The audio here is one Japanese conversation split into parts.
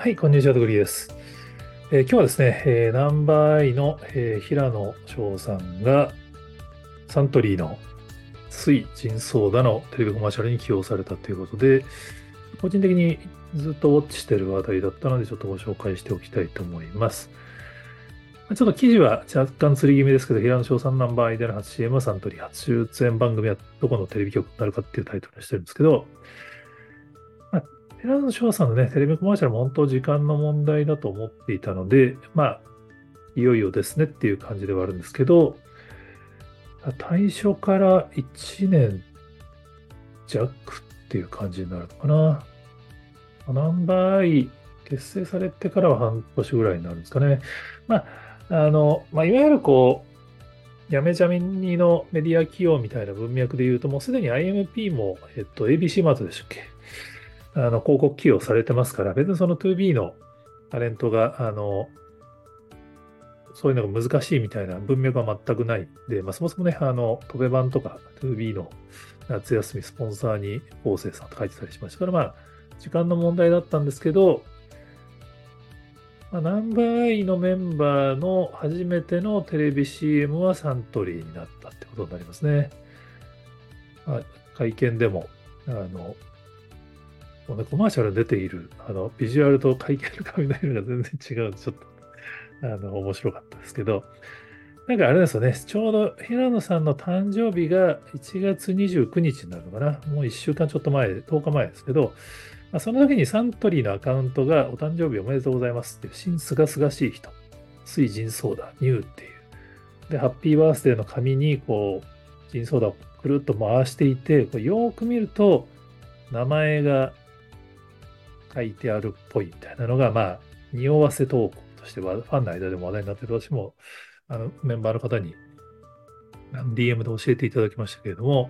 はい、こんにちは、とくりです。今日はですね、ナンバーアイの、平野翔さんがサントリーの翠ジンソーダのテレビコマーシャルに起用されたということで、個人的にずっとウォッチしている話題だったので、ちょっとご紹介しておきたいと思います。ちょっと記事は若干釣り気味ですけど、平野翔さんナンバーアイでの初 CM はサントリー初出演番組はどこのテレビ局になるかっていうタイトルにしてるんですけど、まあ、寺田翔さんのね、テレビコマーシャルも本当時間の問題だと思っていたので、いよいよですねっていう感じではあるんですけど、対初から1年弱っていう感じになるのかな。ナンバーアイ結成されてからは半年ぐらいになるんですかね。いわゆるやめジャミニのメディア企業みたいな文脈で言うと、もうすでに IMP も、ABC マートでしたっけ、広告起用されてますから、別にその 2B のタレントが、そういうのが難しいみたいな文脈は全くないで、そもそもね、トベ版とか 2B の夏休みスポンサーに昴生さんと書いてたりしましたから、時間の問題だったんですけど、ナンバーアイのメンバーの初めてのテレビ CM はサントリーになったってことになりますね。会見でも、このコマーシャルに出ている、ビジュアルと会見の紙の色が全然違う。ちょっと、面白かったですけど、なんかあれですよね、ちょうど平野さんの誕生日が1月29日になるのかな。もう1週間ちょっと前、10日前ですけど、その時にサントリーのアカウントがお誕生日おめでとうございますっていう、新すがすがしい人、水ジンソーダ、ニューっていう。で、ハッピーバースデーの紙に、ジンソーダをくるっと回していて、よーく見ると、名前が書いてあるっぽいみたいなのが、匂わせ投稿としては、ファンの間でも話題になってる、私も、メンバーの方に DM で教えていただきましたけれども、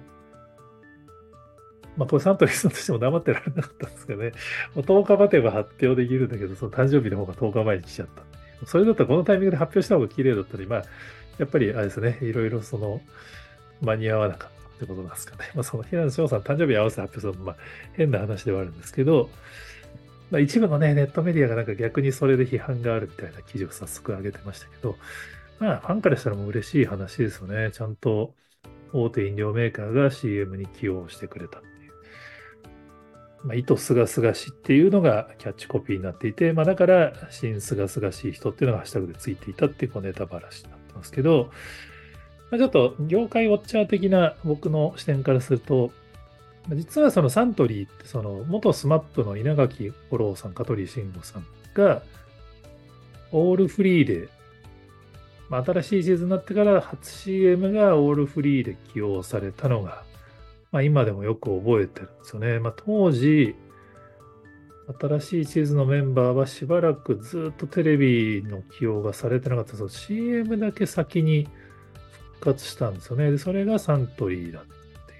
これサントリーさんとしても黙ってられなかったんですけどね、もう10日待てば発表できるんだけど、その誕生日の方が10日前に来ちゃった。それだったらこのタイミングで発表した方が綺麗だったり、やっぱりあれですね、いろいろ間に合わなかったってことなんですかね。その平野翔さん誕生日に合わせて発表するのも、変な話ではあるんですけど、一部のね、ネットメディアがなんか逆にそれで批判があるみたいな記事を早速上げてましたけど、ファンからしたらもう嬉しい話ですよね。ちゃんと大手飲料メーカーが CM に起用してくれたっていう。糸すがすがしっていうのがキャッチコピーになっていて、だから、新すがすがしい人っていうのがハッシュタグでついていたっていうネタばらしになってますけど、ちょっと業界ウォッチャー的な僕の視点からすると、実はそのサントリーってその元スマップの稲垣吾郎さん、香取慎吾さんがオールフリーで、新しいシーズンになってから初 CM がオールフリーで起用されたのが、今でもよく覚えてるんですよね。当時、新しいシーズンのメンバーはしばらくずっとテレビの起用がされてなかった。その CM だけ先に復活したんですよね。で、それがサントリーだっていう。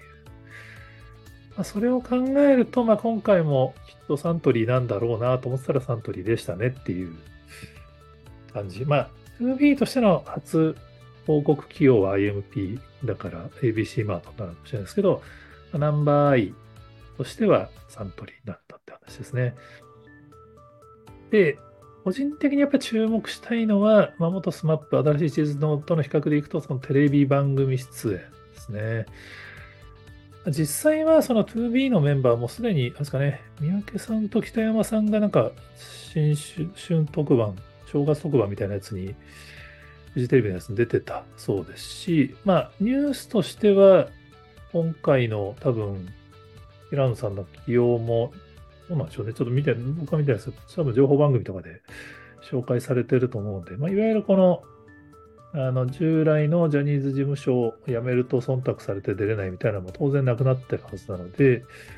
それを考えると、今回もきっとサントリーなんだろうなと思ってたらサントリーでしたねっていう感じ。2B としての初広告起用は IMP だから ABC マートになるかもしれないですけど、ナンバーアイとしてはサントリーになったって話ですね。で、個人的にやっぱり注目したいのは、元スマップ新しいシーズンのとの比較でいくと、そのテレビ番組出演ですね。実際はその 2B のメンバーもすでに、ですかね、三宅さんと北山さんがなんか新春特番、正月特番みたいなやつに、フジテレビのやつに出てたそうですし、ニュースとしては、今回の多分、平野さんの起用も、どうなんでしょうね。ちょっと僕は見てないですけど、多分情報番組とかで紹介されてると思うんで、いわゆる従来のジャニーズ事務所を辞めると忖度されて出れないみたいなのも当然なくなってるはずなので、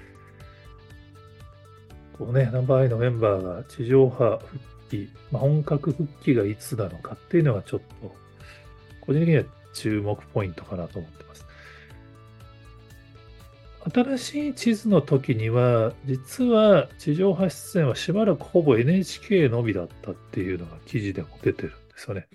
ナンバーアイのメンバーが地上波復帰、本格復帰がいつなのかっていうのがちょっと、個人的には注目ポイントかなと思ってます。新しい地図の時には、実は地上波出演はしばらくほぼ NHK のみだったっていうのが記事でも出てるんですよね。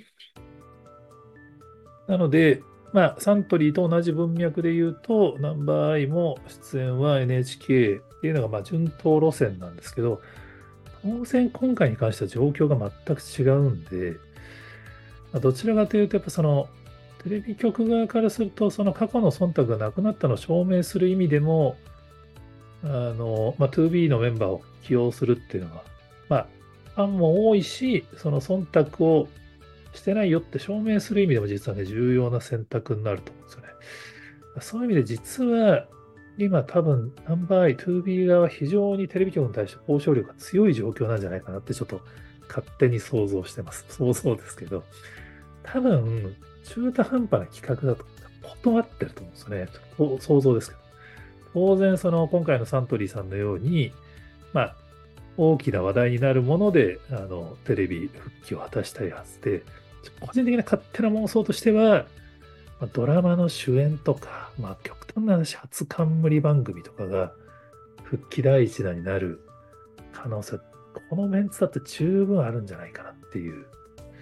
なので、サントリーと同じ文脈で言うと、ナンバーアイも出演は NHK っていうのが、順当路線なんですけど、 当然今回に関しては状況が全く違うんで、どちらかというと、やっぱその、テレビ局側からすると、その過去の忖度がなくなったのを証明する意味でも、2B のメンバーを起用するっていうのは、まあ、ファンも多いし、その忖度をしてないよって証明する意味でも実はね、重要な選択になると思うんですよね。そういう意味で実は、今多分ナンバーアイ 2B 側は非常にテレビ局に対して交渉力が強い状況なんじゃないかなってちょっと勝手に想像してます。想像ですけど、多分中途半端な企画だと断ってると思うんですよね。ちょっと想像ですけど。当然その今回のサントリーさんのように、まあ、大きな話題になるもので、テレビ復帰を果たしたいはずで、個人的な勝手な妄想としては、ドラマの主演とか、極端な話、初冠番組とかが復帰第一弾になる可能性、このメンツだって十分あるんじゃないかなっていう。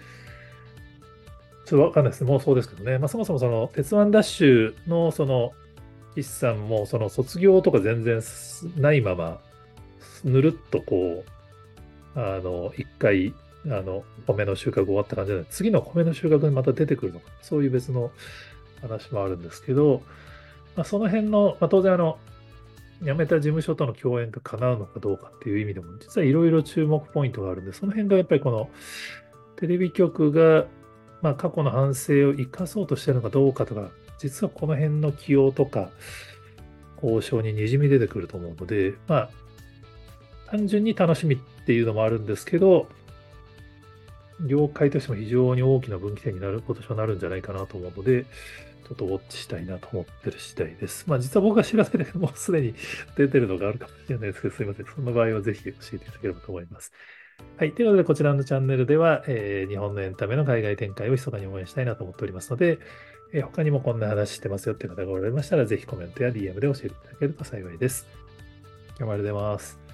ちょっとわかんないですね。もうそうですけどね。そもそもその、鉄腕ダッシュのその、岸さんもその卒業とか全然ないまま、ぬるっとこう、一回、米の収穫終わった感じで、次の米の収穫にまた出てくるのか、そういう別の話もあるんですけど、その辺の、当然辞めた事務所との共演が叶うのかどうかっていう意味でも、実はいろいろ注目ポイントがあるんで、その辺がやっぱりこのテレビ局が、過去の反省を生かそうとしてるのかどうかとか、実はこの辺の起用とか、交渉ににじみ出てくると思うので、単純に楽しみっていうのもあるんですけど、業界としても非常に大きな分岐点になる、今年はなるんじゃないかなと思うので、ちょっとウォッチしたいなと思ってる次第です。実は僕が知らないでもうすでに出てるのがあるかもしれないですけど、すいません。その場合はぜひ教えていただければと思います。はい。ということで、こちらのチャンネルでは、日本のエンタメの海外展開を密かに応援したいなと思っておりますので、他にもこんな話してますよっていう方がおられましたら、ぜひコメントや DM で教えていただけると幸いです。今日もありがとうございます。